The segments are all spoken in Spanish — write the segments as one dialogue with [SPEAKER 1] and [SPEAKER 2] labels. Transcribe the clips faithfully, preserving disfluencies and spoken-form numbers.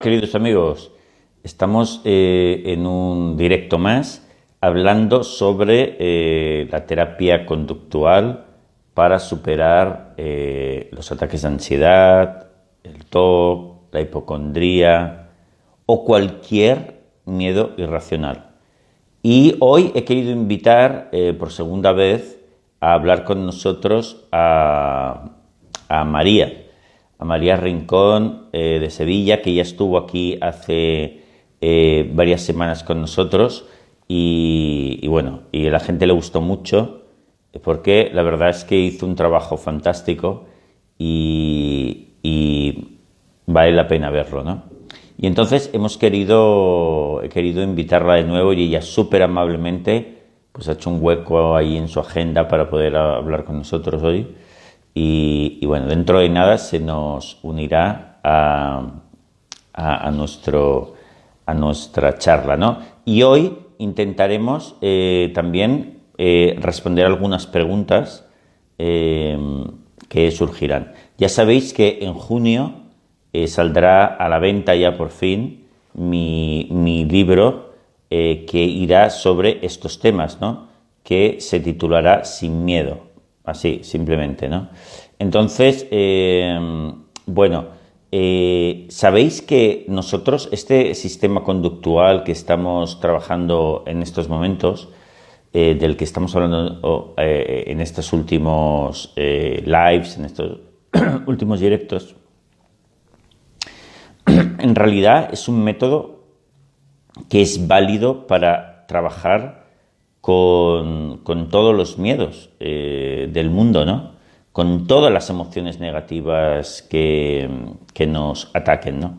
[SPEAKER 1] Queridos amigos, estamos eh, en un directo más hablando sobre eh, la terapia conductual para superar eh, los ataques de ansiedad, el T O C, la hipocondría o cualquier miedo irracional. Y hoy he querido invitar eh, por segunda vez a hablar con nosotros a, a María. a María Rincón eh, de Sevilla, que ya estuvo aquí hace eh, varias semanas con nosotros y, y bueno, y a la gente le gustó mucho porque la verdad es que hizo un trabajo fantástico y, y vale la pena verlo, ¿no? Y entonces hemos querido, he querido invitarla de nuevo y ella súper amablemente pues ha hecho un hueco ahí en su agenda para poder hablar con nosotros hoy. Y, y bueno, dentro de nada se nos unirá a, a, a, nuestro, a nuestra charla, ¿no? Y hoy intentaremos eh, también eh, responder algunas preguntas eh, que surgirán. Ya sabéis que en junio eh, saldrá a la venta ya por fin mi, mi libro eh, que irá sobre estos temas, ¿no? Que se titulará Sin Miedo. Así, simplemente, ¿no? Entonces, eh, bueno, eh, sabéis que nosotros, este sistema conductual que estamos trabajando en estos momentos, eh, del que estamos hablando oh, eh, en estos últimos eh, lives, en estos últimos directos, en realidad es un método que es válido para trabajar Con, con todos los miedos eh, del mundo, ¿no? Con todas las emociones negativas que, que nos ataquen, ¿no?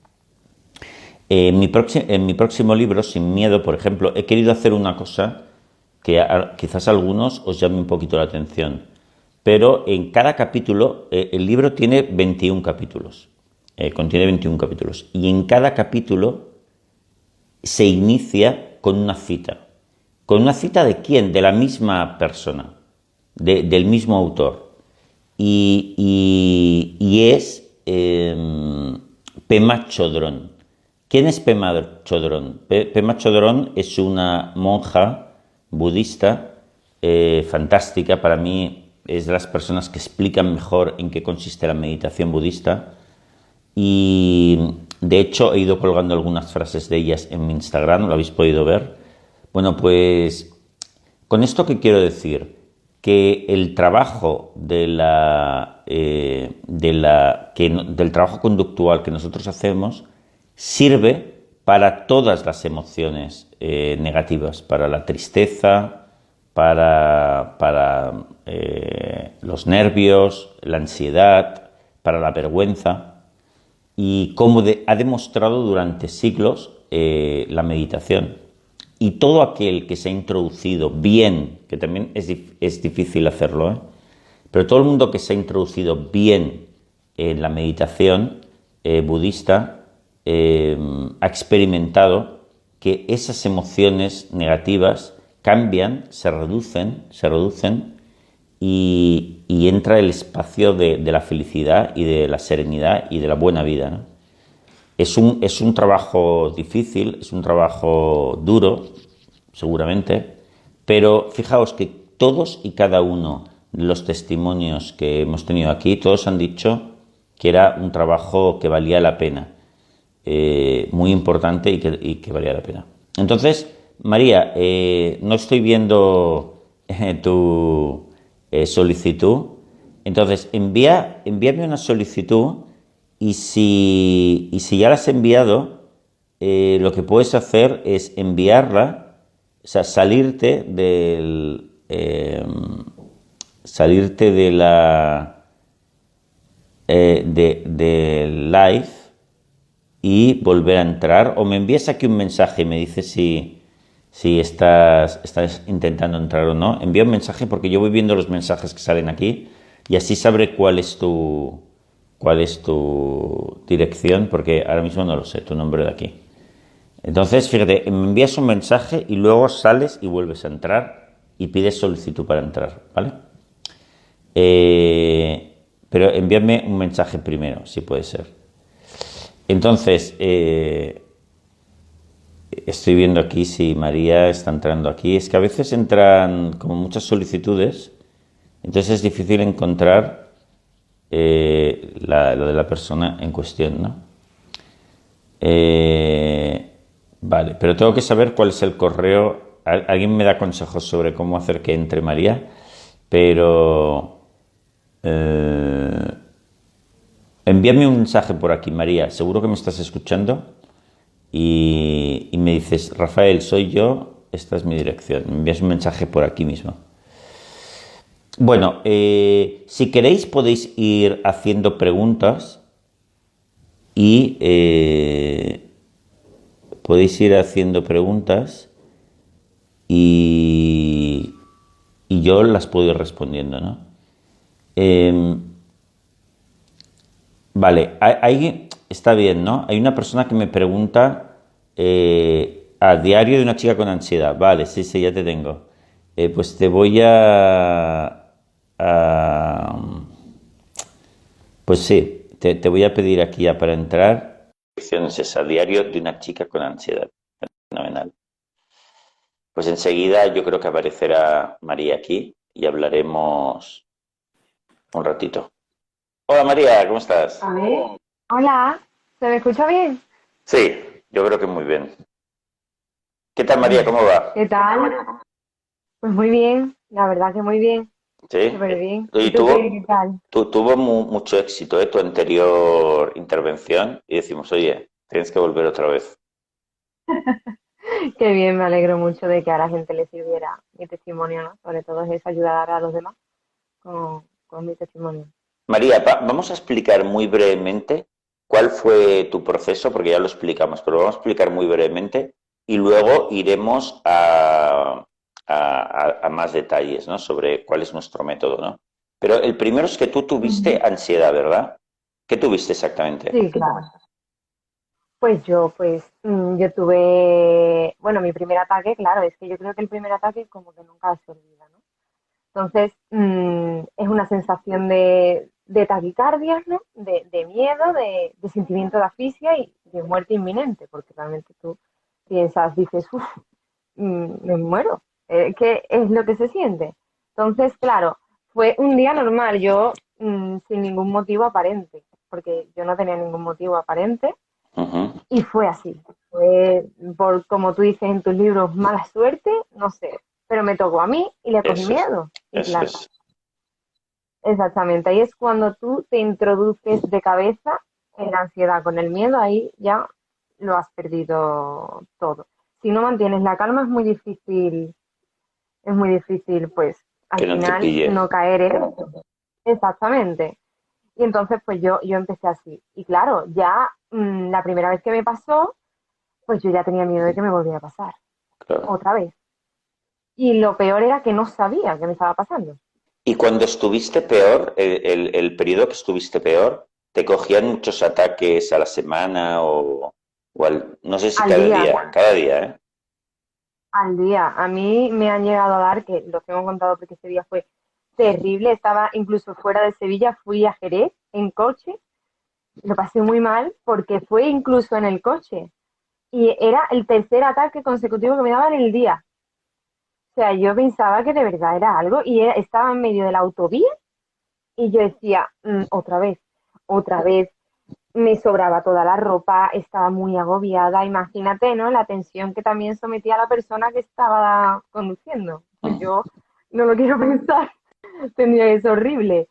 [SPEAKER 1] Eh, en, mi en mi próximo libro, Sin Miedo, por ejemplo, he querido hacer una cosa que a, quizás a algunos os llame un poquito la atención, pero en cada capítulo, eh, el libro tiene veintiún capítulos, eh, contiene veintiún capítulos, y en cada capítulo se inicia con una cita. ¿Con una cita de quién? De la misma persona, de, del mismo autor. Y, y, y es eh, Pema Chodron. ¿Quién es Pema Chodron? Pema Chodron es una monja budista eh, fantástica. Para mí es de las personas que explican mejor en qué consiste la meditación budista. Y de hecho he ido colgando algunas frases de ellas en mi Instagram, lo habéis podido ver. Bueno, pues con esto que quiero decir, que el trabajo de la, eh, de la, que, del trabajo conductual que nosotros hacemos sirve para todas las emociones eh, negativas, para la tristeza, para, para eh, los nervios, la ansiedad, para la vergüenza, y como de, ha demostrado durante siglos eh, la meditación. Y todo aquel que se ha introducido bien, que también es, es difícil hacerlo, ¿eh? pero todo el mundo que se ha introducido bien en la meditación eh, budista eh, ha experimentado que esas emociones negativas cambian, se reducen, se reducen y, y entra el espacio de, de la felicidad y de la serenidad y de la buena vida, ¿no? Es un, es un trabajo difícil, es un trabajo duro, seguramente, pero fijaos que todos y cada uno de los testimonios que hemos tenido aquí, todos han dicho que era un trabajo que valía la pena, eh, muy importante y que, y que valía la pena. Entonces, María, eh, no estoy viendo eh, tu eh, solicitud, entonces envía, envíame una solicitud. Y si, y si ya la has enviado, eh, lo que puedes hacer es enviarla, o sea, salirte del, eh, salirte de la, eh, de, del live y volver a entrar, o me envías aquí un mensaje y me dices si, si estás, estás intentando entrar o no. Envía un mensaje porque yo voy viendo los mensajes que salen aquí y así sabré cuál es tu... cuál es tu dirección, porque ahora mismo no lo sé, tu nombre de aquí. Entonces, fíjate, me envías un mensaje y luego sales y vuelves a entrar y pides solicitud para entrar, ¿vale? Eh, pero envíame un mensaje primero, si puede ser. Entonces, eh, estoy viendo aquí si María está entrando aquí. Es que a veces entran como muchas solicitudes, entonces es difícil encontrar eh, la, lo de la persona en cuestión, ¿no? Eh, vale, pero tengo que saber cuál es el correo. Al- Alguien me da consejos sobre cómo hacer que entre María, pero eh, envíame un mensaje por aquí, María. Seguro que me estás escuchando y, y me dices, Rafael, soy yo, esta es mi dirección. Me envías un mensaje por aquí mismo. Bueno, eh, si queréis podéis ir haciendo preguntas y eh, podéis ir haciendo preguntas y, y yo las puedo ir respondiendo, ¿no? Eh, vale, hay, hay- está bien, ¿no? Hay una persona que me pregunta eh, a diario de una chica con ansiedad. Vale, sí, sí, ya te tengo. Eh, pues te voy a, a- Pues sí, te, te voy a pedir aquí ya para entrar. Es esa, diario de una chica con ansiedad. Fenomenal. Pues enseguida yo creo que aparecerá María aquí y hablaremos un ratito. Hola María, ¿cómo estás?
[SPEAKER 2] A ver. Hola, ¿se me escucha bien?
[SPEAKER 1] Sí, yo creo que muy bien. ¿Qué tal María?
[SPEAKER 2] Bueno,
[SPEAKER 1] ¿Cómo va?
[SPEAKER 2] ¿qué tal? Pues muy bien, la verdad que muy bien,
[SPEAKER 1] Sí.
[SPEAKER 2] súper bien. ¿Y
[SPEAKER 1] Y
[SPEAKER 2] tú qué,
[SPEAKER 1] tuvo,
[SPEAKER 2] qué tal?
[SPEAKER 1] tu- tuvo mu- mucho éxito, ¿eh? Tu anterior intervención y decimos, oye, tienes que volver otra vez.
[SPEAKER 2] Qué bien, me alegro mucho de que a la gente le sirviera mi testimonio, ¿no? Sobre todo es eso, ayudar a los demás con, con mi testimonio.
[SPEAKER 1] María, va- vamos a explicar muy brevemente cuál fue tu proceso, porque ya lo explicamos, pero vamos a explicar muy brevemente y luego iremos a, a- a- a más detalles, ¿no? Sobre cuál es nuestro método, ¿no? Pero el primero es que tú tuviste
[SPEAKER 2] Ujú.
[SPEAKER 1] ansiedad, ¿verdad? ¿Qué tuviste exactamente?
[SPEAKER 2] Sí, claro. Pues yo, pues, mm, yo tuve, bueno, mi primer ataque, claro, es que yo creo que el primer ataque como que nunca se olvida, ¿no? Entonces, mm, es una sensación de, de taquicardia, ¿no? De, de miedo, de, de sentimiento de asfixia y de muerte inminente, porque realmente tú piensas, dices, uff, me muero. Eh, ¿qué es lo que se siente? Entonces, claro, fue un día normal, yo mm, sin ningún motivo aparente, porque yo no tenía ningún motivo aparente
[SPEAKER 1] Ujú.
[SPEAKER 2] y fue así. Fue por, como tú dices en tus libros, mala suerte, no sé, pero me tocó a mí y le cogí
[SPEAKER 1] Eso es,
[SPEAKER 2] miedo. Y
[SPEAKER 1] eso
[SPEAKER 2] claro,
[SPEAKER 1] es,
[SPEAKER 2] exactamente, ahí es cuando tú te introduces de cabeza en la ansiedad, con el miedo, ahí ya lo has perdido todo. Si no mantienes la calma es muy difícil, es muy difícil pues
[SPEAKER 1] que
[SPEAKER 2] al
[SPEAKER 1] no te
[SPEAKER 2] final
[SPEAKER 1] pille.
[SPEAKER 2] no caer en eso. Exactamente. Y entonces pues yo, yo empecé así. Y claro, ya mmm, la primera vez que me pasó, pues yo ya tenía miedo de que me volviera a pasar,
[SPEAKER 1] Claro.
[SPEAKER 2] otra vez. Y lo peor era que no sabía qué me estaba pasando.
[SPEAKER 1] Y cuando estuviste peor, el, el- el periodo que estuviste peor, ¿te cogían muchos ataques a la semana o, o al- no sé si
[SPEAKER 2] Al
[SPEAKER 1] cada
[SPEAKER 2] día,
[SPEAKER 1] día, cada día, ¿eh?
[SPEAKER 2] al día. A mí me han llegado a dar, que lo tengo contado porque ese día fue terrible, estaba incluso fuera de Sevilla, fui a Jerez en coche, lo pasé muy mal porque fue incluso en el coche y era el tercer ataque consecutivo que me daba en el día. O sea, yo pensaba que de verdad era algo y era- estaba en medio de la autovía y yo decía, "Mm, otra vez, otra vez, me sobraba toda la ropa, estaba muy agobiada, imagínate, ¿no? La tensión que también sometía a la persona que estaba conduciendo. Pues
[SPEAKER 1] Mm.
[SPEAKER 2] yo no lo quiero pensar, tendría que ser horrible.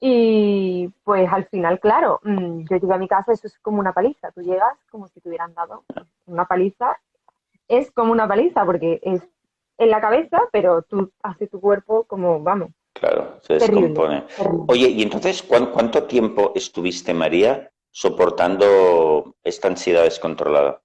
[SPEAKER 2] Y pues al final, claro, mm, yo llegué a mi casa, eso es como una paliza. Tú llegas como si te hubieran dado una paliza. Es como una paliza porque es en la cabeza, pero tú haces tu cuerpo como, vamos,
[SPEAKER 1] Claro, se
[SPEAKER 2] terrible,
[SPEAKER 1] descompone.
[SPEAKER 2] terrible.
[SPEAKER 1] Oye, y entonces, ¿cuán- ¿cuánto tiempo estuviste, María, soportando esta ansiedad descontrolada?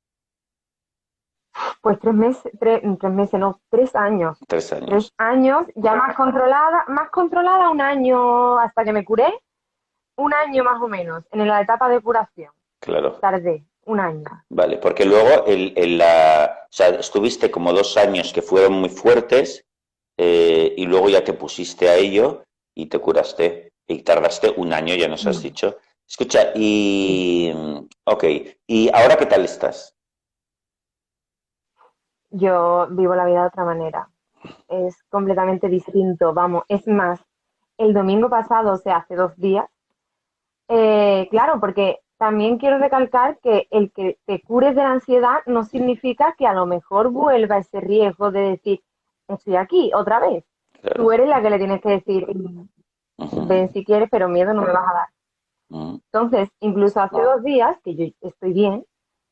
[SPEAKER 2] Pues tres meses, tres, tres meses, no, tres años.
[SPEAKER 1] Tres
[SPEAKER 2] Tres
[SPEAKER 1] años.
[SPEAKER 2] años ya más controlada, más controlada un año hasta que me curé, un año más o menos, en la etapa de curación.
[SPEAKER 1] Claro.
[SPEAKER 2] Tardé un año.
[SPEAKER 1] Vale, porque luego el, el, la, o sea, estuviste como dos años que fueron muy fuertes eh, y luego ya te pusiste a ello y te curaste. Y tardaste un año, ya nos has
[SPEAKER 2] Mm.
[SPEAKER 1] dicho. Escucha,
[SPEAKER 2] Sí.
[SPEAKER 1] y... Ok, ¿y ahora qué tal estás?
[SPEAKER 2] Yo vivo la vida de otra manera. Es completamente distinto, vamos. Es más, el domingo pasado, o sea, hace dos días, eh, claro, porque también quiero recalcar que el que te cures de la ansiedad no significa que a lo mejor vuelva ese riesgo de decir, estoy aquí otra vez. Tú
[SPEAKER 1] Claro.
[SPEAKER 2] eres la que le tienes que decir, ven
[SPEAKER 1] Ujú,
[SPEAKER 2] si quieres, pero miedo no me vas a dar.
[SPEAKER 1] ujú.
[SPEAKER 2] Entonces, incluso hace dos días, que yo estoy bien,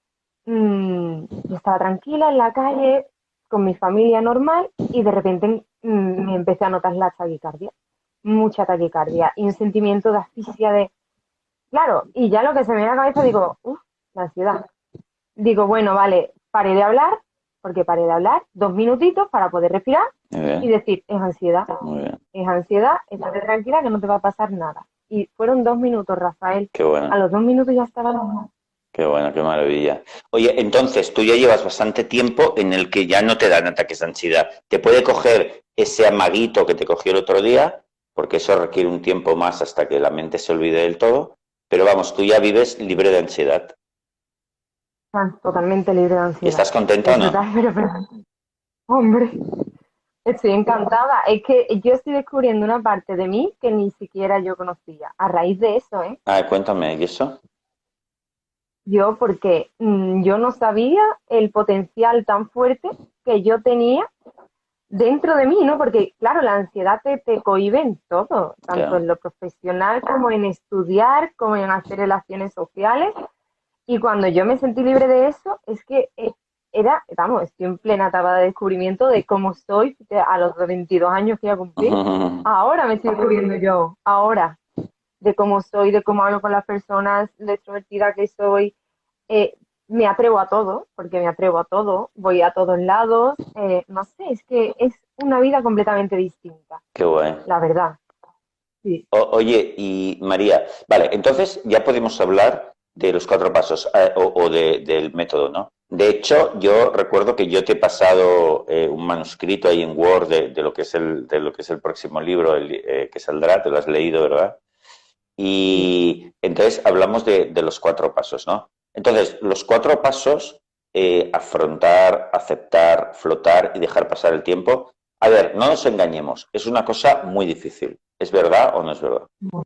[SPEAKER 2] mmm, yo estaba tranquila en la calle, con mi familia normal, y de repente mmm, me empecé a notar la taquicardia, mucha taquicardia, y un sentimiento de asfixia de, claro, y ya lo que se me viene a la cabeza digo, uff, la ansiedad. Digo, bueno, vale, paré de hablar, porque paré de hablar, dos minutitos para poder respirar
[SPEAKER 1] Muy
[SPEAKER 2] y
[SPEAKER 1] bien,
[SPEAKER 2] decir, es ansiedad,
[SPEAKER 1] muy bien.
[SPEAKER 2] es ansiedad, estate tranquila que no te va a pasar nada. Y fueron dos minutos, Rafael.
[SPEAKER 1] Qué
[SPEAKER 2] A
[SPEAKER 1] bueno,
[SPEAKER 2] los dos minutos ya estaba normal.
[SPEAKER 1] qué bueno, qué maravilla. Oye, entonces tú ya llevas bastante tiempo en el que ya no te dan ataques de ansiedad. Te puede coger ese amaguito que te cogió el otro día, porque eso requiere un tiempo más hasta que la mente se olvide del todo, pero vamos, tú ya vives libre de ansiedad.
[SPEAKER 2] Ah, totalmente libre de
[SPEAKER 1] ¿Y
[SPEAKER 2] ansiedad.
[SPEAKER 1] estás contenta o
[SPEAKER 2] Es
[SPEAKER 1] no?
[SPEAKER 2] total, pero, pero, hombre, estoy encantada. Es que yo estoy descubriendo una parte de mí que ni siquiera yo conocía. A raíz de eso, ¿eh?
[SPEAKER 1] Ah, cuéntame, ¿y eso?
[SPEAKER 2] Yo, porque mmm, yo no sabía el potencial tan fuerte que yo tenía dentro de mí, ¿no? Porque, claro, la ansiedad te, te cohíbe en todo, tanto
[SPEAKER 1] Ya,
[SPEAKER 2] en lo profesional como en estudiar, como en hacer relaciones sociales. Y cuando yo me sentí libre de eso, es que eh, era, vamos, estoy en plena etapa de descubrimiento de cómo soy a los veintidós años que voy a cumplir. Ahora me estoy descubriendo yo, ahora, de cómo soy, de cómo hablo con las personas, de extrovertida que soy. Eh, Me atrevo a todo, porque me atrevo a todo, voy a todos lados. Eh, no sé, es que es una vida completamente distinta,
[SPEAKER 1] qué guay.
[SPEAKER 2] la verdad. Sí.
[SPEAKER 1] O- oye, y María, vale, entonces ya podemos hablar de los cuatro pasos eh, o, o de- del método, ¿no? De hecho, yo recuerdo que yo te he pasado eh, un manuscrito ahí en Word de, de lo que es el, de lo que es el próximo libro el, eh, que saldrá, te lo has leído, ¿verdad?
[SPEAKER 2] Sí.
[SPEAKER 1] Y entonces hablamos de, de los cuatro pasos, ¿no? Entonces, los cuatro pasos, eh, afrontar, aceptar, flotar y dejar pasar el tiempo. A ver, no nos engañemos, es una cosa muy difícil. ¿Es verdad o no es verdad?
[SPEAKER 2] Muy,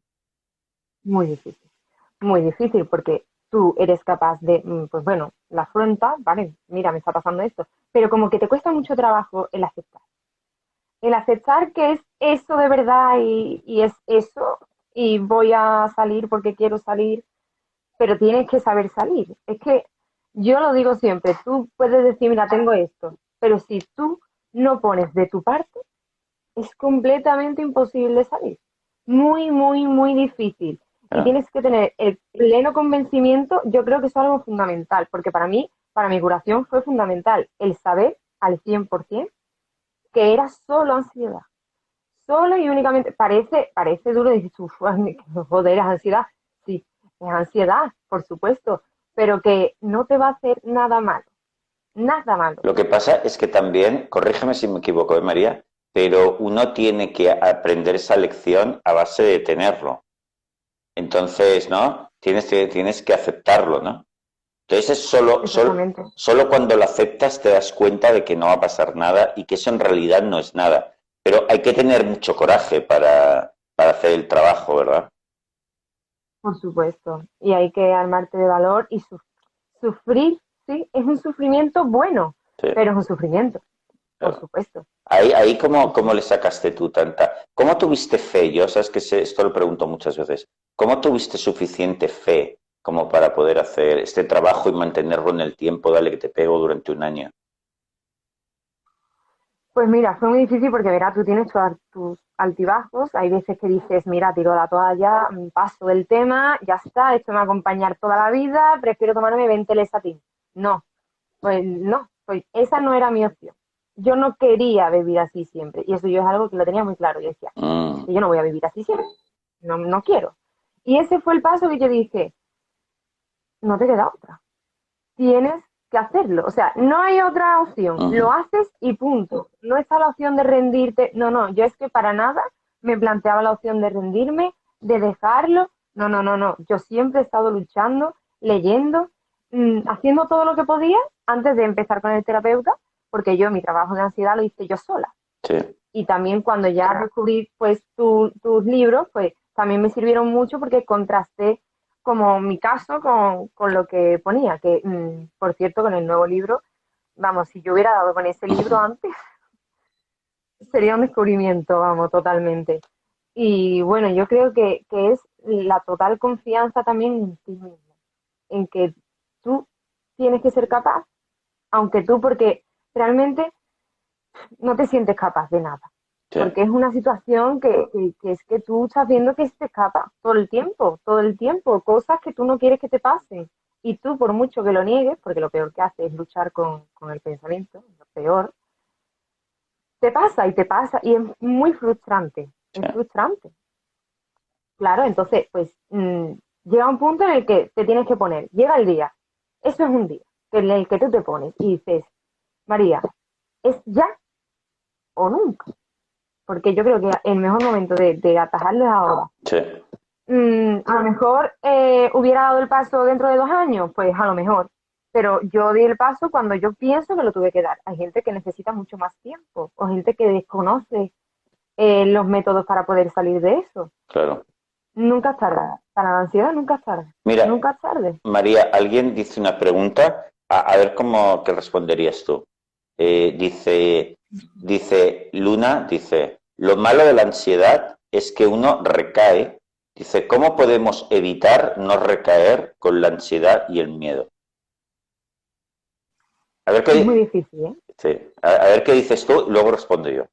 [SPEAKER 2] muy difícil. Muy difícil porque tú eres capaz de, mm, pues bueno, la afronta, vale, mira, me está pasando esto, pero como que te cuesta mucho trabajo el aceptar. El aceptar que es eso de verdad y, y es eso y voy a salir porque quiero salir, pero tienes que saber salir. Es que yo lo digo siempre, tú puedes decir, mira, tengo esto, pero si tú no pones de tu parte, es completamente imposible salir. Muy, muy, muy difícil. Y
[SPEAKER 1] Ah,
[SPEAKER 2] tienes que tener el pleno convencimiento, yo creo que es algo fundamental, porque para mí, para mi curación fue fundamental el saber al cien por ciento que era solo ansiedad. Solo y únicamente, parece, parece duro decir, joder, es ansiedad. Sí, es ansiedad, por supuesto, pero que no te va a hacer nada malo, nada malo.
[SPEAKER 1] lo que pasa es que también, corrígeme si me equivoco, ¿eh, María? Pero uno tiene que aprender esa lección a base de tenerlo. Entonces, ¿no? Tienes que, tienes que aceptarlo, ¿no? Entonces es solo, solo,
[SPEAKER 2] Exactamente.
[SPEAKER 1] solo cuando lo aceptas te das cuenta de que no va a pasar nada y que eso en realidad no es nada. Pero hay que tener mucho coraje para, para hacer el trabajo, ¿verdad?
[SPEAKER 2] Por supuesto. Y hay que armarte de valor y su- sufrir, sí, es un sufrimiento bueno,
[SPEAKER 1] Sí,
[SPEAKER 2] pero es un sufrimiento, por
[SPEAKER 1] claro.
[SPEAKER 2] supuesto.
[SPEAKER 1] Ahí, ahí
[SPEAKER 2] Sí,
[SPEAKER 1] ¿cómo,
[SPEAKER 2] sí.
[SPEAKER 1] cómo le sacaste tú tanta? ¿Cómo tuviste fe? Yo sabes que se- esto lo pregunto muchas veces. ¿Cómo tuviste suficiente fe como para poder hacer este trabajo y mantenerlo en el tiempo, dale que te pego durante un año?
[SPEAKER 2] Pues mira, fue muy difícil porque, verás, tú tienes tus, tus altibajos, hay veces que dices, mira, tiro la toalla, mm, paso del tema, ya está, esto me va a acompañar toda la vida, prefiero tomarme veinte Lesatin. No, pues no, pues esa no era mi opción. Yo no quería vivir así siempre, y eso yo es algo que lo tenía muy claro, yo decía, es
[SPEAKER 1] Mm,
[SPEAKER 2] que yo no voy a vivir así siempre, no, no quiero. Y ese fue el paso que yo dije, no te queda otra, tienes que hacerlo. O sea, no hay otra opción.
[SPEAKER 1] ujú.
[SPEAKER 2] Lo haces y punto. No está la opción de rendirte. No, no, yo es que para nada me planteaba la opción de rendirme, de dejarlo. No, no, no, no. Yo siempre he estado luchando, leyendo, mm, haciendo todo lo que podía antes de empezar con el terapeuta, porque yo mi trabajo de ansiedad lo hice yo sola.
[SPEAKER 1] Sí,
[SPEAKER 2] Y también cuando ya descubrí pues tu- tus libros, pues también me sirvieron mucho porque contrasté como mi caso con, con lo que ponía, que mm, por cierto con el nuevo libro, vamos, si yo hubiera dado con ese libro antes, sería un descubrimiento, vamos, totalmente. Y bueno, yo creo que, que es la total confianza también en ti mismo, en que tú tienes que ser capaz, aunque tú, porque realmente no te sientes capaz de nada,
[SPEAKER 1] sí,
[SPEAKER 2] porque es una situación que, que, que es que tú estás viendo que se te escapa todo el tiempo, todo el tiempo, cosas que tú no quieres que te pasen. Y tú, por mucho que lo niegues, porque lo peor que haces es luchar con, con el pensamiento, lo peor, te pasa y te pasa y es muy frustrante,
[SPEAKER 1] sí.
[SPEAKER 2] es frustrante. Claro, entonces, pues mmm, llega un punto en el que te tienes que poner, llega el día, eso es un día, en el que tú te pones y dices, María, ¿es ya o nunca? Porque yo creo que el mejor momento de, de atajarlo es ahora.
[SPEAKER 1] Sí.
[SPEAKER 2] Mm, a lo mejor eh, hubiera dado el paso dentro de dos años, pues a lo mejor. Pero yo di el paso cuando yo pienso que lo tuve que dar. Hay gente que necesita mucho más tiempo o gente que desconoce eh, los métodos para poder salir de eso.
[SPEAKER 1] Claro.
[SPEAKER 2] Nunca es tarde. Para la ansiedad nunca es tarde.
[SPEAKER 1] Mira,
[SPEAKER 2] Nunca es tarde.
[SPEAKER 1] María, alguien dice una pregunta, a, a ver cómo te responderías tú. Eh, dice, dice Luna, dice, lo malo de la ansiedad es que uno recae. Dice, ¿cómo podemos evitar no recaer con la ansiedad y el miedo? A ver
[SPEAKER 2] Es muy
[SPEAKER 1] qué,
[SPEAKER 2] difícil, ¿eh?
[SPEAKER 1] sí, a, a ver qué dices tú y luego respondo yo.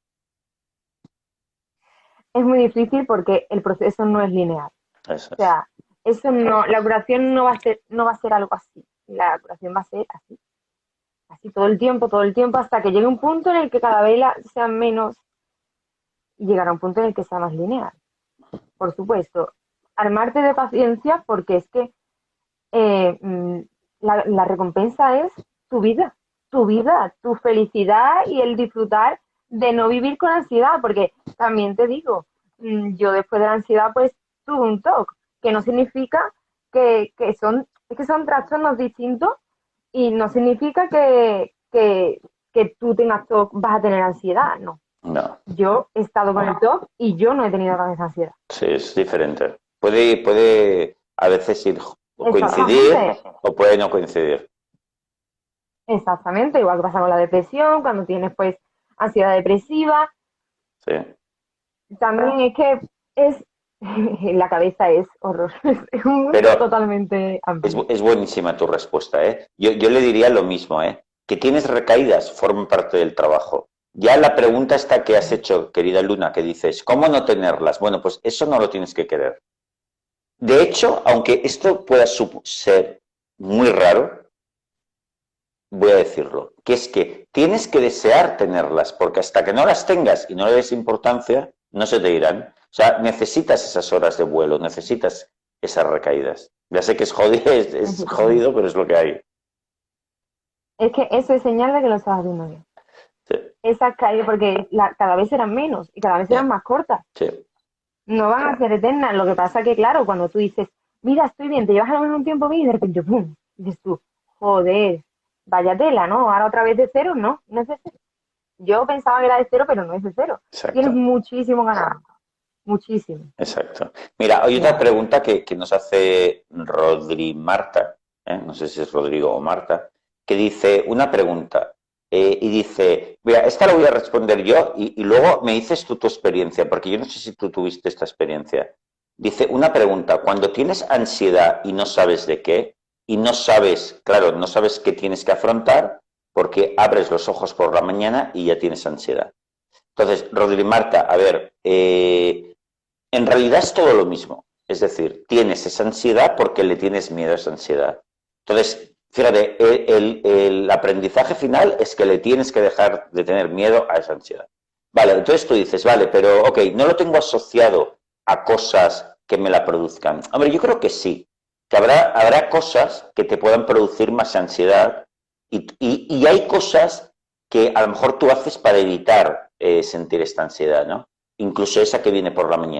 [SPEAKER 2] Es muy difícil porque el proceso no es lineal.
[SPEAKER 1] Eso
[SPEAKER 2] O
[SPEAKER 1] es.
[SPEAKER 2] sea, eso no, la curación no va a ser, no va a ser algo así. La curación va a ser así. Así todo el tiempo, todo el tiempo, hasta que llegue un punto en el que cada vez la, sea menos y llegará un punto en el que sea más lineal. Por supuesto, armarte de paciencia porque es que eh, mm, la, la recompensa es tu vida, tu vida, tu felicidad y el disfrutar de no vivir con ansiedad, porque también te digo, mm, yo después de la ansiedad pues tuve un T O C, que no significa que, que son, es que son trastornos distintos y no significa que, que, que tú tengas T O C, vas a tener ansiedad, no.
[SPEAKER 1] No,
[SPEAKER 2] Yo he estado con el T O C y yo no he tenido esa ansiedad.
[SPEAKER 1] sí, es diferente. Puede, puede a veces ir o coincidir
[SPEAKER 2] Exactamente,
[SPEAKER 1] o puede no coincidir.
[SPEAKER 2] exactamente, igual que pasa con la depresión, cuando tienes pues ansiedad depresiva,
[SPEAKER 1] Sí.
[SPEAKER 2] también es que es, la cabeza es horror, es un
[SPEAKER 1] Pero
[SPEAKER 2] mundo totalmente
[SPEAKER 1] es,
[SPEAKER 2] amplio.
[SPEAKER 1] es buenísima tu respuesta, ¿eh? Yo, yo le diría lo mismo, ¿eh? Que tienes recaídas, forman parte del trabajo. Ya la pregunta está que has hecho, querida Luna, que dices, ¿cómo no tenerlas? Bueno, pues eso no lo tienes que querer. De hecho, aunque esto pueda ser muy raro, voy a decirlo, que es que tienes que desear tenerlas, porque hasta que no las tengas y no le des importancia, no se te irán. O sea, necesitas esas horas de vuelo, necesitas esas recaídas. Ya sé que es jodido, es, es jodido, pero es lo que hay.
[SPEAKER 2] Es que eso es señal de que lo estás haciendo bien.
[SPEAKER 1] Sí,
[SPEAKER 2] Esas caídas, porque la, cada vez serán menos y cada vez serán más cortas.
[SPEAKER 1] sí,
[SPEAKER 2] No van a ser eternas. Lo que pasa que, claro, cuando tú dices, mira, estoy bien, te llevas a lo mejor un tiempo bien y de repente, ¡pum! Dices tú, joder, vaya tela, ¿no? Ahora otra vez de cero, no, no es de cero. Yo pensaba que era de cero, pero no es de cero. Tienes
[SPEAKER 1] exacto,
[SPEAKER 2] muchísimo ganado. Muchísimo.
[SPEAKER 1] exacto. Mira, hay otra
[SPEAKER 2] Claro.
[SPEAKER 1] pregunta que, que nos hace Rodri Marta, ¿eh? No sé si es Rodrigo o Marta, que dice una pregunta. Eh, y dice, mira, esta la voy a responder yo y, y luego me dices tú tu experiencia, porque yo no sé si tú tuviste esta experiencia. Dice, una pregunta, cuando tienes ansiedad y no sabes de qué, y no sabes, claro, no sabes qué tienes que afrontar, porque abres los ojos por la mañana y ya tienes ansiedad. Entonces, Rodri Marta, a ver, eh, en realidad es todo lo mismo. Es decir, tienes esa ansiedad porque le tienes miedo a esa ansiedad. Entonces, fíjate, el, el, el aprendizaje final es que le tienes que dejar de tener miedo a esa ansiedad. Vale, entonces tú dices, vale, pero ok, no lo tengo asociado a cosas que me la produzcan. Hombre, yo creo que sí, que habrá, habrá cosas que te puedan producir más ansiedad y, y, y hay cosas que a lo mejor tú haces para evitar eh, sentir esta ansiedad, ¿no? Incluso esa que viene por la mañana.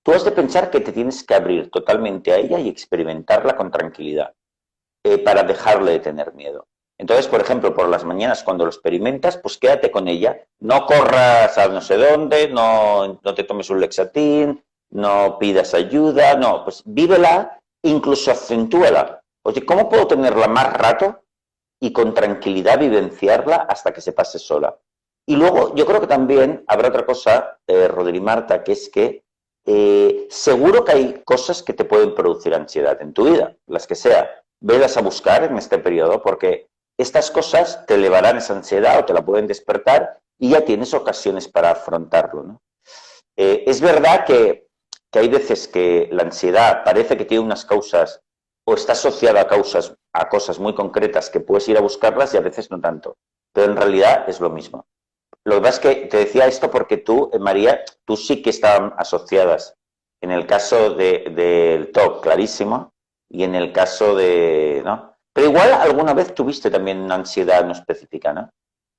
[SPEAKER 1] tú has de pensar que te tienes que abrir totalmente a ella y experimentarla con tranquilidad eh, para dejarle de tener miedo. Entonces, por ejemplo, por las mañanas cuando lo experimentas, pues quédate con ella, no corras a no sé dónde, no, no te tomes un Lexatín, no pidas ayuda, no, pues vívela, incluso acentúala. Oye, ¿cómo puedo tenerla más rato y con tranquilidad vivenciarla hasta que se pase sola? Y luego yo creo que también habrá otra cosa, eh, Rodri y Marta, que es que eh, seguro que hay cosas que te pueden producir ansiedad en tu vida, las que sea. Velas a buscar en este periodo porque estas cosas te elevarán esa ansiedad o te la pueden despertar y ya tienes ocasiones para afrontarlo, ¿no? Eh, es verdad que, que hay veces que la ansiedad parece que tiene unas causas o está asociada a causas, a cosas muy concretas que puedes ir a buscarlas y a veces no tanto, pero en realidad es lo mismo. Lo que pasa es que te decía esto porque tú, eh, María, tú sí que están asociadas. En el caso de, del T O C, clarísimo, y en el caso de... ¿no? Pero igual alguna vez tuviste también una ansiedad no específica, ¿no?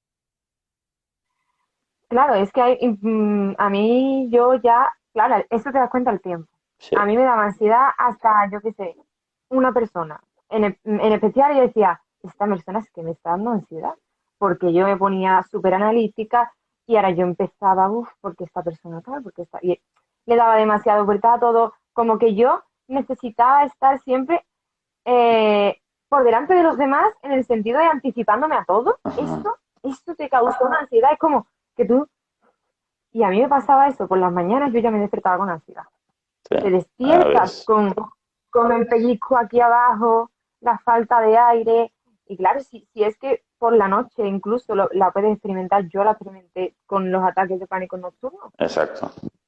[SPEAKER 2] Claro, es que hay, mm, a mí yo ya, claro, eso te das cuenta al tiempo.
[SPEAKER 1] Sí.
[SPEAKER 2] A mí me daba ansiedad hasta, yo qué sé, una persona. En, e- en especial yo decía, esta persona es que me está dando ansiedad, porque yo me ponía súper analítica y ahora yo empezaba, uff, porque esta persona tal, porque esta... Y le daba demasiado vuelta a todo, como que yo necesitaba estar siempre eh, por delante de los demás en el sentido de anticipándome a todo.
[SPEAKER 1] Ajá.
[SPEAKER 2] Esto, esto te causó una ansiedad, es como que tú y a mí me pasaba eso, por las mañanas yo ya me despertaba con ansiedad.
[SPEAKER 1] Sí.
[SPEAKER 2] Te
[SPEAKER 1] A ver.
[SPEAKER 2] despiertas con, con el pellizco aquí abajo, la falta de aire. Y claro, si, si es que por la noche incluso lo, la puedes experimentar, yo la experimenté con los ataques de pánico nocturno.
[SPEAKER 1] Exacto.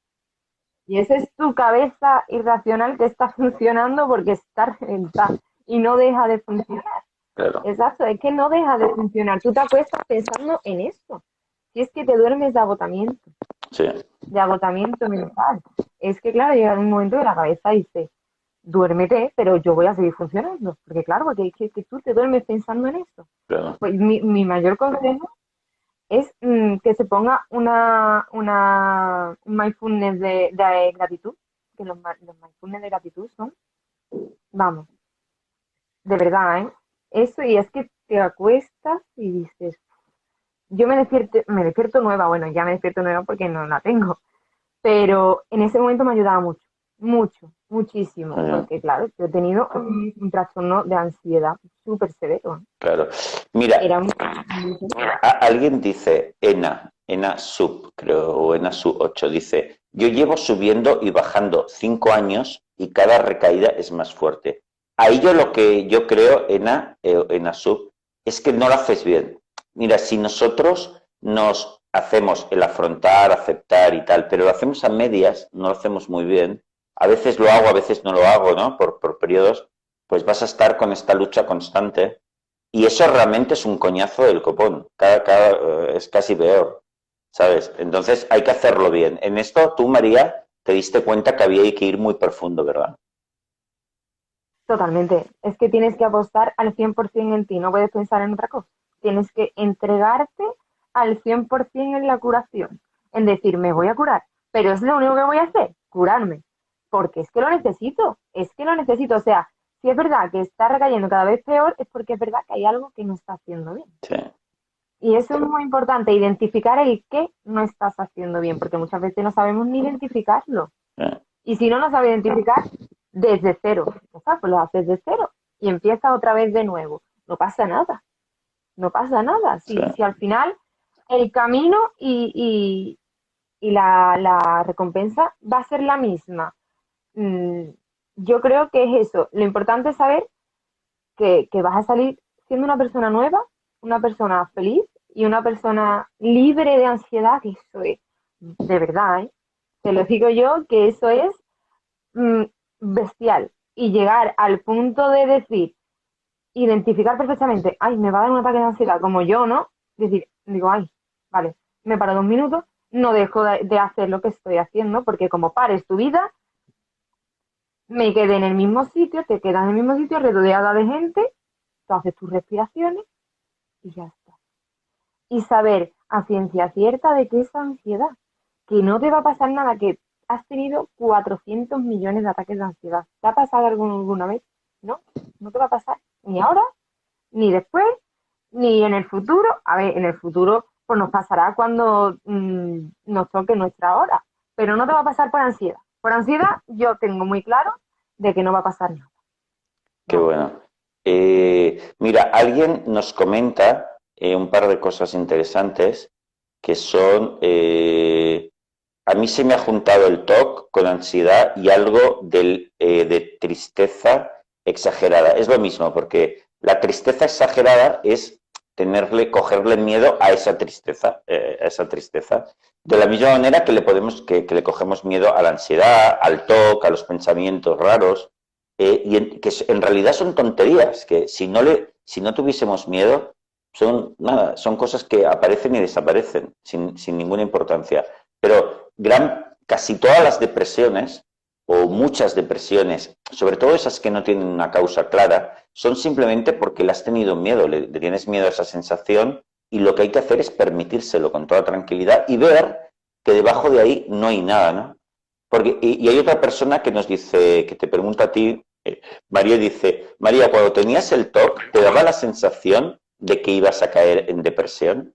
[SPEAKER 2] Y esa es tu cabeza irracional que está funcionando porque está reventada y no deja de funcionar.
[SPEAKER 1] Claro.
[SPEAKER 2] Exacto, es que no deja de funcionar. Tú te acuestas pensando en eso. Si es que te duermes de agotamiento.
[SPEAKER 1] Sí.
[SPEAKER 2] De agotamiento mental. Es que, claro, llega un momento que la cabeza dice, duérmete, pero yo voy a seguir funcionando. Porque, claro, porque es que, que tú te duermes pensando en eso.
[SPEAKER 1] Claro.
[SPEAKER 2] Pues mi, mi mayor consejo es mm, que se ponga una, una un mindfulness de, de gratitud, que los, los mindfulness de gratitud son, vamos, de verdad, ¿eh? Eso, y es que te acuestas y dices, yo me despierto, me despierto nueva, bueno, ya me despierto nueva porque no la tengo, pero en ese momento me ayudaba mucho, mucho, muchísimo,
[SPEAKER 1] Ajá.
[SPEAKER 2] porque claro, yo he tenido un, un trastorno de ansiedad súper severo.
[SPEAKER 1] Claro. Mira,
[SPEAKER 2] Era un...
[SPEAKER 1] a- alguien dice, Ena, Ena Sub, creo, o Ena Sub ocho, dice, yo llevo subiendo y bajando cinco años y cada recaída es más fuerte. Ahí yo lo que yo creo, Ena, eh, Ena Sub, es que no lo haces bien. Mira, si nosotros nos hacemos el afrontar, aceptar y tal, pero lo hacemos a medias, no lo hacemos muy bien, a veces lo hago, a veces no lo hago, ¿no? Por, por periodos, pues vas a estar con esta lucha constante y eso realmente es un coñazo del copón. Cada, cada, eh, es casi peor, ¿sabes? Entonces hay que hacerlo bien. En esto tú, María, te diste cuenta que había que ir muy profundo, ¿verdad?
[SPEAKER 2] Totalmente. Es que tienes que apostar al cien por ciento en ti, no puedes pensar en otra cosa. Tienes que entregarte al cien por ciento en la curación. En decir, me voy a curar, pero es lo único que voy a hacer, curarme. Porque es que lo necesito, es que lo necesito. O sea, si es verdad que está recayendo cada vez peor, es porque es verdad que hay algo que no está haciendo bien.
[SPEAKER 1] Sí.
[SPEAKER 2] Y eso es muy importante, identificar el qué no estás haciendo bien, porque muchas veces no sabemos ni identificarlo.
[SPEAKER 1] Eh,
[SPEAKER 2] Y si no lo sabes identificar, desde cero. O sea, pues lo haces de cero y empiezas otra vez de nuevo. No pasa nada, no pasa nada.
[SPEAKER 1] sí.
[SPEAKER 2] Si, si al final el camino y, y, y la, la, recompensa va a ser la misma. Mm, yo creo que es eso. Lo importante es saber que, que vas a salir siendo una persona nueva, una persona feliz y una persona libre de ansiedad, que eso es, de verdad, ¿eh? Te lo digo yo, que eso es mm, bestial. Y llegar al punto de decir, identificar perfectamente, ay, me va a dar un ataque de ansiedad, como yo, ¿no? Decir, digo, ay, vale, me paro dos minutos, no dejo de, de hacer lo que estoy haciendo, porque como pares tu vida, me quedé en el mismo sitio, te quedas en el mismo sitio, rodeada de gente, tú haces tus respiraciones y ya está. Y saber a ciencia cierta de que esa ansiedad, que no te va a pasar nada, que has tenido cuatrocientos millones de ataques de ansiedad. ¿Te ha pasado alguna vez? No, no te va a pasar. Ni ahora, ni después, ni en el futuro. A ver, en el futuro pues nos pasará cuando mmm, nos toque nuestra hora. Pero no te va a pasar por ansiedad. Por ansiedad yo tengo muy claro de que no va a pasar nada.
[SPEAKER 1] Qué bueno. Eh, mira, alguien nos comenta eh, un par de cosas interesantes que son... Eh, a mí se me ha juntado el T O C con ansiedad y algo del, eh, de tristeza exagerada. Es lo mismo, porque la tristeza exagerada es tenerle, cogerle miedo a esa tristeza, eh, a esa tristeza. De la misma manera que le podemos, que, que le cogemos miedo a la ansiedad, al T O C, a los pensamientos raros, eh, y en, que en realidad son tonterías, que si no le, si no tuviésemos miedo, son nada, son cosas que aparecen y desaparecen sin, sin ninguna importancia. Pero gran, casi todas las depresiones, o muchas depresiones, sobre todo esas que no tienen una causa clara, son simplemente porque le has tenido miedo, le, le tienes miedo a esa sensación, y lo que hay que hacer es permitírselo con toda tranquilidad y ver que debajo de ahí no hay nada, ¿no? Porque, y, y hay otra persona que nos dice, que te pregunta a ti, eh, María dice, María, cuando tenías el T O C, ¿te daba la sensación de que ibas a caer en depresión?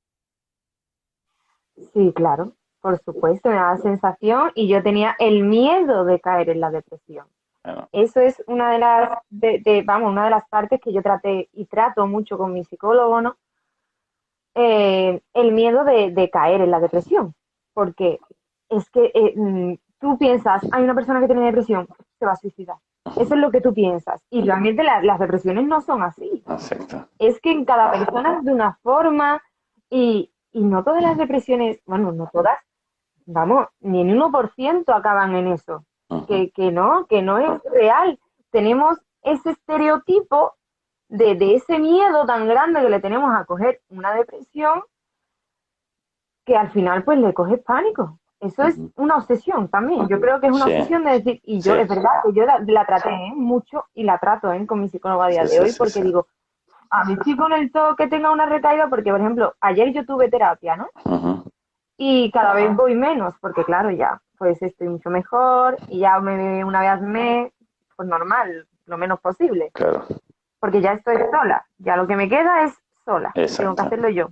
[SPEAKER 2] Sí, claro, por supuesto, me daba sensación y yo tenía el miedo de caer en la depresión. Bueno. Eso es una de las, de, de, vamos, una de las partes que yo traté y trato mucho con mi psicólogo, ¿no? Eh, el miedo de, de caer en la depresión, porque es que eh, tú piensas, hay una persona que tiene depresión, se va a suicidar. Eso es lo que tú piensas. Y realmente la, las depresiones no son así. Exacto. Es que en cada persona es de una forma y, y no todas las depresiones, bueno, no todas, vamos, ni en uno por ciento acaban en eso. Uh-huh. Que, que no, que no es real. Tenemos ese estereotipo de, de ese miedo tan grande que le tenemos a coger una depresión que al final pues le coges pánico. Eso es una obsesión también. Yo creo que es una sí. obsesión de decir, y yo, sí. es verdad que yo la, la traté ¿eh? mucho y la trato ¿eh? con mi psicóloga a día sí, de hoy, sí, porque sí. digo, a mí sí con el todo que tenga una recaída, porque por ejemplo, ayer yo tuve terapia, ¿no? Uh-huh. Y cada vez voy menos, porque claro, ya, pues estoy mucho mejor, y ya me, una vez al mes, pues normal, lo menos posible. Claro. Porque ya estoy sola, ya lo que me queda es sola, exacto. Tengo que hacerlo yo.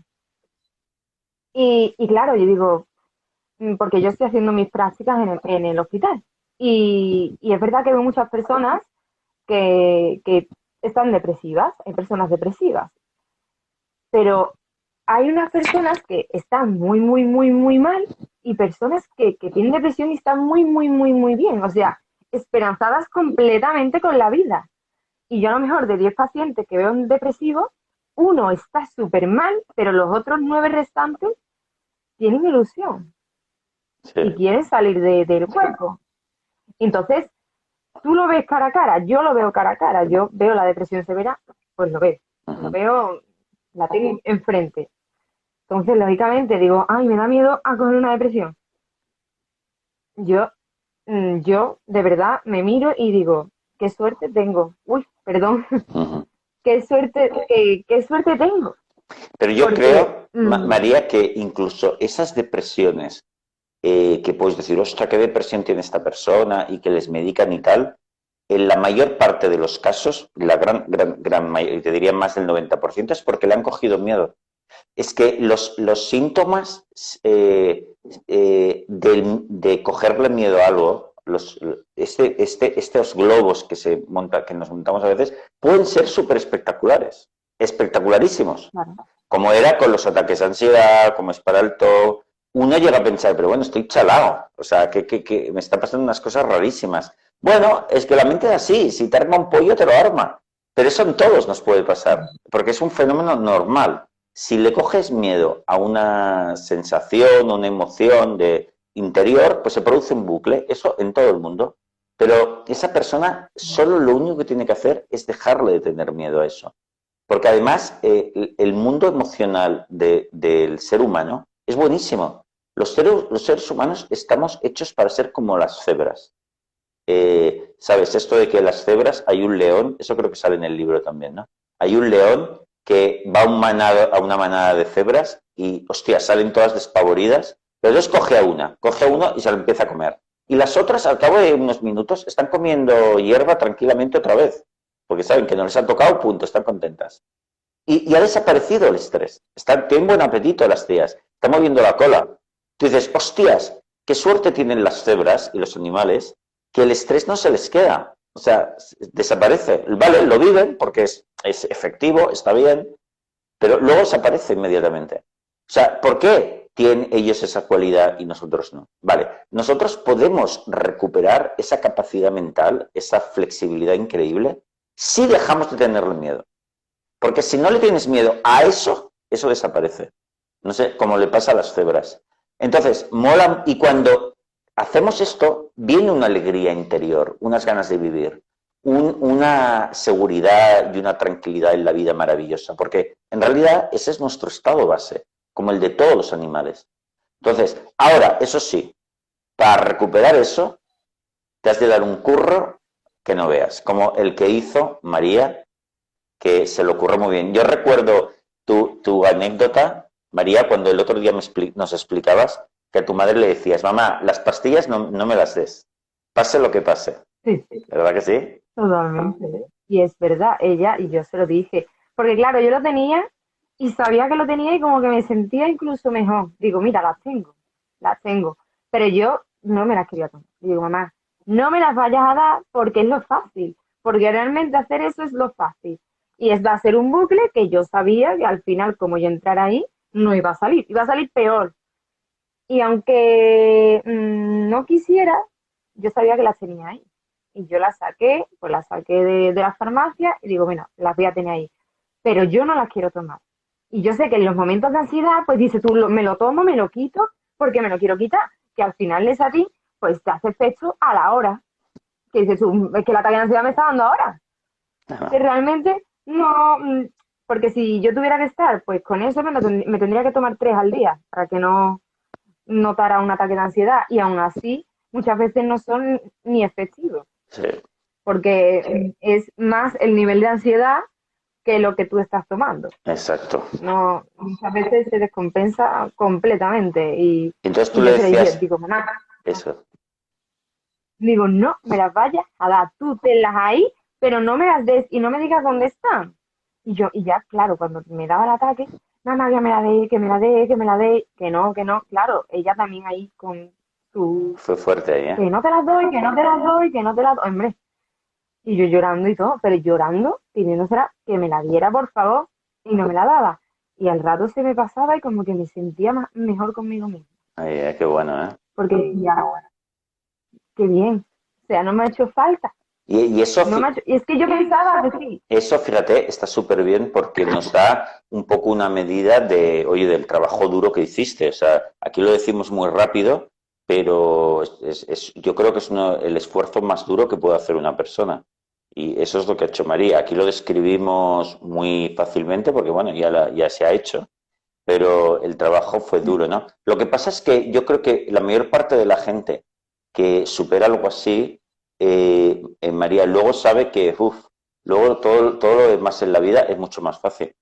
[SPEAKER 2] Y, y claro, yo digo, porque yo estoy haciendo mis prácticas en el, en el hospital. Y, y es verdad que veo muchas personas que, que están depresivas, hay personas depresivas. Pero hay unas personas que están muy, muy, muy, muy mal y personas que, que tienen depresión y están muy, muy, muy, muy bien. O sea, esperanzadas completamente con la vida. Y yo a lo mejor de diez pacientes que veo depresivos, uno está súper mal, pero los otros nueve restantes tienen ilusión. Sí. Y quieren salir de, del cuerpo. Entonces, tú lo ves cara a cara, yo lo veo cara a cara, yo veo la depresión severa, pues lo veo, uh-huh. lo veo, la tengo enfrente. Entonces, lógicamente, digo, ay, me da miedo a coger una depresión. Yo, yo, de verdad, me miro y digo, qué suerte tengo. Uy, perdón. Uh-huh. qué suerte, qué, qué suerte tengo.
[SPEAKER 1] Pero yo Porque, creo, mm, María, que incluso esas depresiones Eh, que puedes decir, ostras, qué depresión tiene esta persona y que les medican y tal, en la mayor parte de los casos, la gran, gran, gran mayoría, te diría más del noventa por ciento, es porque le han cogido miedo. Es que los, los síntomas eh, eh, de, de cogerle miedo a algo, los, este, este, estos globos que, se monta, que nos montamos a veces, pueden ser súper espectaculares, espectacularísimos, claro. Como era con los ataques de ansiedad, como es para el T O C. Uno llega a pensar, pero bueno, estoy chalado, o sea, que, que, que me está pasando unas cosas rarísimas. Bueno, es que la mente es así, si te arma un pollo, te lo arma. Pero eso en todos nos puede pasar, porque es un fenómeno normal. Si le coges miedo a una sensación, una emoción de interior, pues se produce un bucle, eso en todo el mundo. Pero esa persona solo lo único que tiene que hacer es dejarle de tener miedo a eso. Porque además, eh, el mundo emocional de, del ser humano es buenísimo. Los seres, los seres humanos estamos hechos para ser como las cebras. Eh, ¿Sabes? Esto de que las cebras, hay un león, eso creo que sale en el libro también, ¿no? Hay un león que va a, un manado, a una manada de cebras y, hostia, salen todas despavoridas, pero entonces coge a una, coge a uno y se la empieza a comer. Y las otras, al cabo de unos minutos, están comiendo hierba tranquilamente otra vez, porque saben que no les ha tocado, punto, están contentas. Y, y ha desaparecido el estrés. Están, tienen buen apetito las tías, están moviendo la cola. Tú dices, hostias, qué suerte tienen las cebras y los animales, que el estrés no se les queda. O sea, desaparece. Vale, lo viven porque es, es efectivo, está bien, pero luego desaparece inmediatamente. O sea, ¿por qué tienen ellos esa cualidad y nosotros no? Vale, nosotros podemos recuperar esa capacidad mental, esa flexibilidad increíble, si dejamos de tenerle miedo. Porque si no le tienes miedo a eso, eso desaparece. No sé, como le pasa a las cebras. Entonces, mola, y cuando hacemos esto, viene una alegría interior, unas ganas de vivir, un, una seguridad y una tranquilidad en la vida maravillosa, porque en realidad ese es nuestro estado base, como el de todos los animales. Entonces, ahora, eso sí, para recuperar eso, te has de dar un curro que no veas, como el que hizo María, que se le ocurrió muy bien. Yo recuerdo tu, tu anécdota, María, cuando el otro día me expli nos explicabas que a tu madre le decías, mamá, las pastillas no, no me las des, pase lo que pase.
[SPEAKER 2] Sí, sí,
[SPEAKER 1] ¿Verdad que sí?
[SPEAKER 2] totalmente. Y es verdad, ella, y yo se lo dije, porque claro, yo lo tenía y sabía que lo tenía y como que me sentía incluso mejor. Digo, mira, las tengo, las tengo, pero yo no me las quería tomar. Digo, mamá, no me las vayas a dar porque es lo fácil, porque realmente hacer eso es lo fácil. Y es va a ser un bucle que yo sabía que al final, como yo entrara ahí, no iba a salir, iba a salir peor. Y aunque mmm, no quisiera, yo sabía que las tenía ahí. Y yo las saqué, pues las saqué de, de la farmacia y digo, bueno, las voy a tener ahí. Pero yo no las quiero tomar. Y yo sé que en los momentos de ansiedad, pues dices tú, lo, me lo tomo, me lo quito, porque me lo quiero quitar. Que al final es a ti, pues te hace efecto a la hora. Que dices tú, es que el ataque de ansiedad me está dando ahora. Que realmente no, mm, porque si yo tuviera que estar, pues con eso me, lo tend- me tendría que tomar tres al día para que no notara un ataque de ansiedad. Y aún así, muchas veces no son ni efectivos,
[SPEAKER 1] Sí,
[SPEAKER 2] porque es más el nivel de ansiedad que lo que tú estás tomando.
[SPEAKER 1] exacto.
[SPEAKER 2] No, muchas veces se descompensa completamente. Y,
[SPEAKER 1] Entonces tú
[SPEAKER 2] y
[SPEAKER 1] le
[SPEAKER 2] yo se le dije,
[SPEAKER 1] decías
[SPEAKER 2] digo, mamá,
[SPEAKER 1] eso.
[SPEAKER 2] digo, no me las vayas a dar, tú tenlas ahí, pero no me las des y no me digas dónde están. Y yo, y ya, claro, cuando me daba el ataque, mamá, que me la dé, que me la dé, que me la dé, que no, que no, claro, ella también ahí con su,
[SPEAKER 1] Fue fuerte ahí, ¿eh?
[SPEAKER 2] que no te las doy, que no te las doy, que no te las doy, hombre. Y yo llorando y todo, pero llorando, pidiéndosela que me la diera, por favor, y no me la daba. Y al rato se me pasaba y como que me sentía más, mejor conmigo misma.
[SPEAKER 1] Ahí, ¿eh? Qué bueno, ¿eh?
[SPEAKER 2] Porque ya, bueno, qué bien. O sea, no me ha hecho falta.
[SPEAKER 1] Y, y eso,
[SPEAKER 2] No me ha hecho- y es que yo pensaba que sí.
[SPEAKER 1] eso, fíjate, está súper bien porque nos da un poco una medida de, oye, del trabajo duro que hiciste. O sea, aquí lo decimos muy rápido, pero es, es, es, yo creo que es uno, el esfuerzo más duro que puede hacer una persona. Y eso es lo que ha hecho María. Aquí lo describimos muy fácilmente porque, bueno, ya, la, ya se ha hecho, pero el trabajo fue duro, ¿no? Lo que pasa es que yo creo que la mayor parte de la gente que supera algo así, eh, en María, luego sabe que, uff, luego todo, todo lo demás en la vida es mucho más fácil.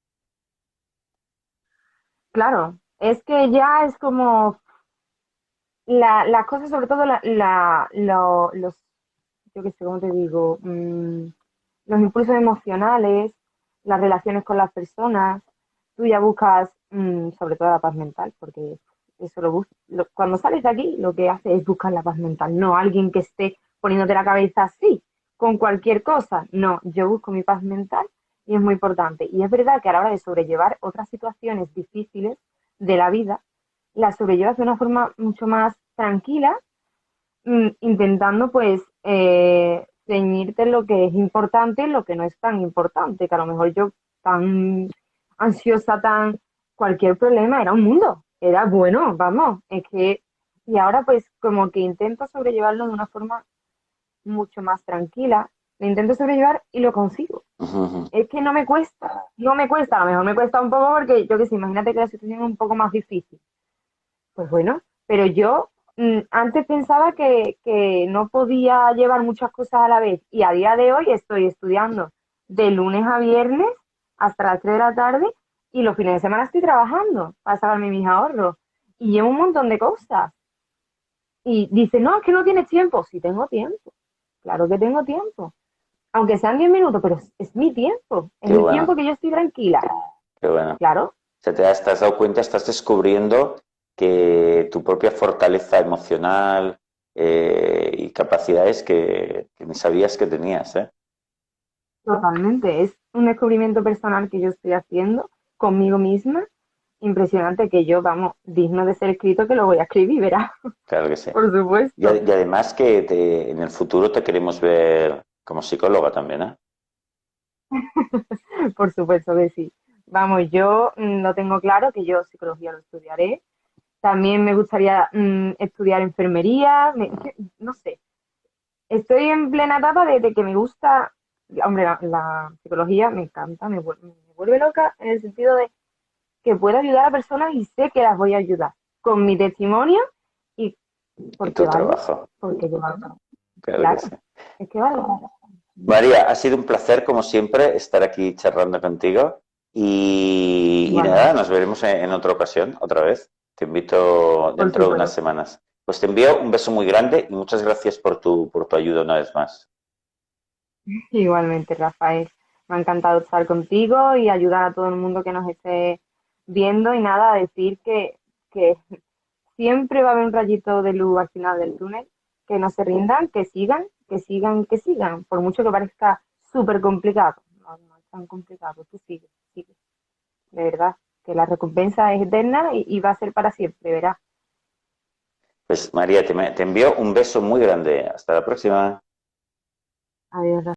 [SPEAKER 2] Claro, es que ya es como la, las cosas, sobre todo la, la, lo- los, yo qué sé, ¿cómo te digo? Mm, los impulsos emocionales, las relaciones con las personas. Tú ya buscas, mm, sobre todo la paz mental, porque eso lo, bus- lo- cuando sales de aquí, lo que hace es buscar la paz mental, no alguien que esté poniéndote la cabeza así, con cualquier cosa. No, yo busco mi paz mental y es muy importante. Y es verdad que a la hora de sobrellevar otras situaciones difíciles de la vida, las sobrellevas de una forma mucho más tranquila, mm, intentando pues eh, ceñirte en lo que es importante y lo que no es tan importante, que a lo mejor yo tan ansiosa, tan cualquier problema era un mundo, era bueno, vamos, es que y ahora pues como que intento sobrellevarlo de una forma mucho más tranquila, lo intento sobrellevar y lo consigo.
[SPEAKER 1] Ujú.
[SPEAKER 2] Es que no me cuesta, no me cuesta, a lo mejor me cuesta un poco porque yo que sé, imagínate que la situación es un poco más difícil. Pues bueno, pero yo mm, antes pensaba que, que no podía llevar muchas cosas a la vez y a día de hoy estoy estudiando de lunes a viernes hasta las tres de la tarde y los fines de semana estoy trabajando para sacarme mis ahorros y llevo un montón de cosas Y dice, no, es que no tienes tiempo. Sí tengo tiempo, claro que tengo tiempo. Aunque sean diez minutos, pero es, es mi tiempo, es
[SPEAKER 1] Qué
[SPEAKER 2] mi tiempo
[SPEAKER 1] bueno,
[SPEAKER 2] que yo estoy tranquila.
[SPEAKER 1] qué bueno. O
[SPEAKER 2] Claro,
[SPEAKER 1] sea, te has, te has dado cuenta, estás descubriendo que tu propia fortaleza emocional eh, y capacidades que, que ni sabías que tenías, ¿eh?
[SPEAKER 2] totalmente. Es un descubrimiento personal que yo estoy haciendo conmigo misma. Impresionante que yo, vamos, digno de ser escrito, que lo voy a escribir, verás,
[SPEAKER 1] Claro que sí.
[SPEAKER 2] por
[SPEAKER 1] Y, a-
[SPEAKER 2] supuesto.
[SPEAKER 1] y además que te- en el futuro te queremos ver como psicóloga también, ¿eh?
[SPEAKER 2] Por supuesto que sí. Vamos, yo mm, lo tengo claro que yo psicología lo estudiaré. También me gustaría mm, estudiar enfermería. Me- no sé, estoy en plena etapa de, de que me gusta, hombre, la, la psicología me encanta, me, vuel- me vuelve loca en el sentido de que puedo ayudar a personas y sé que las voy a ayudar con mi testimonio y
[SPEAKER 1] Y
[SPEAKER 2] porque
[SPEAKER 1] tu
[SPEAKER 2] vale,
[SPEAKER 1] trabajo,
[SPEAKER 2] porque yo valgo.
[SPEAKER 1] claro que
[SPEAKER 2] Claro,
[SPEAKER 1] sí.
[SPEAKER 2] es que vale.
[SPEAKER 1] María, ha sido un placer, como siempre, estar aquí charlando contigo. Y, y nada,
[SPEAKER 2] Igualmente,
[SPEAKER 1] nos veremos en, en otra ocasión, otra vez. Te invito
[SPEAKER 2] por
[SPEAKER 1] dentro de unas
[SPEAKER 2] supuesto.
[SPEAKER 1] semanas. Pues te envío un beso muy grande y muchas gracias por tu, por tu ayuda una vez más.
[SPEAKER 2] Igualmente, Rafael. Me ha encantado estar contigo y ayudar a todo el mundo que nos esté viendo y nada, decir que, que siempre va a haber un rayito de luz al final del túnel, que no se rindan, que sigan, que sigan, que sigan, por mucho que parezca súper complicado. No, no es tan complicado, tú sigue, sigue, de verdad, que la recompensa es eterna y, y va a ser para siempre, verás.
[SPEAKER 1] Pues María, te, te envío un beso muy grande. Hasta la próxima.
[SPEAKER 2] Adiós.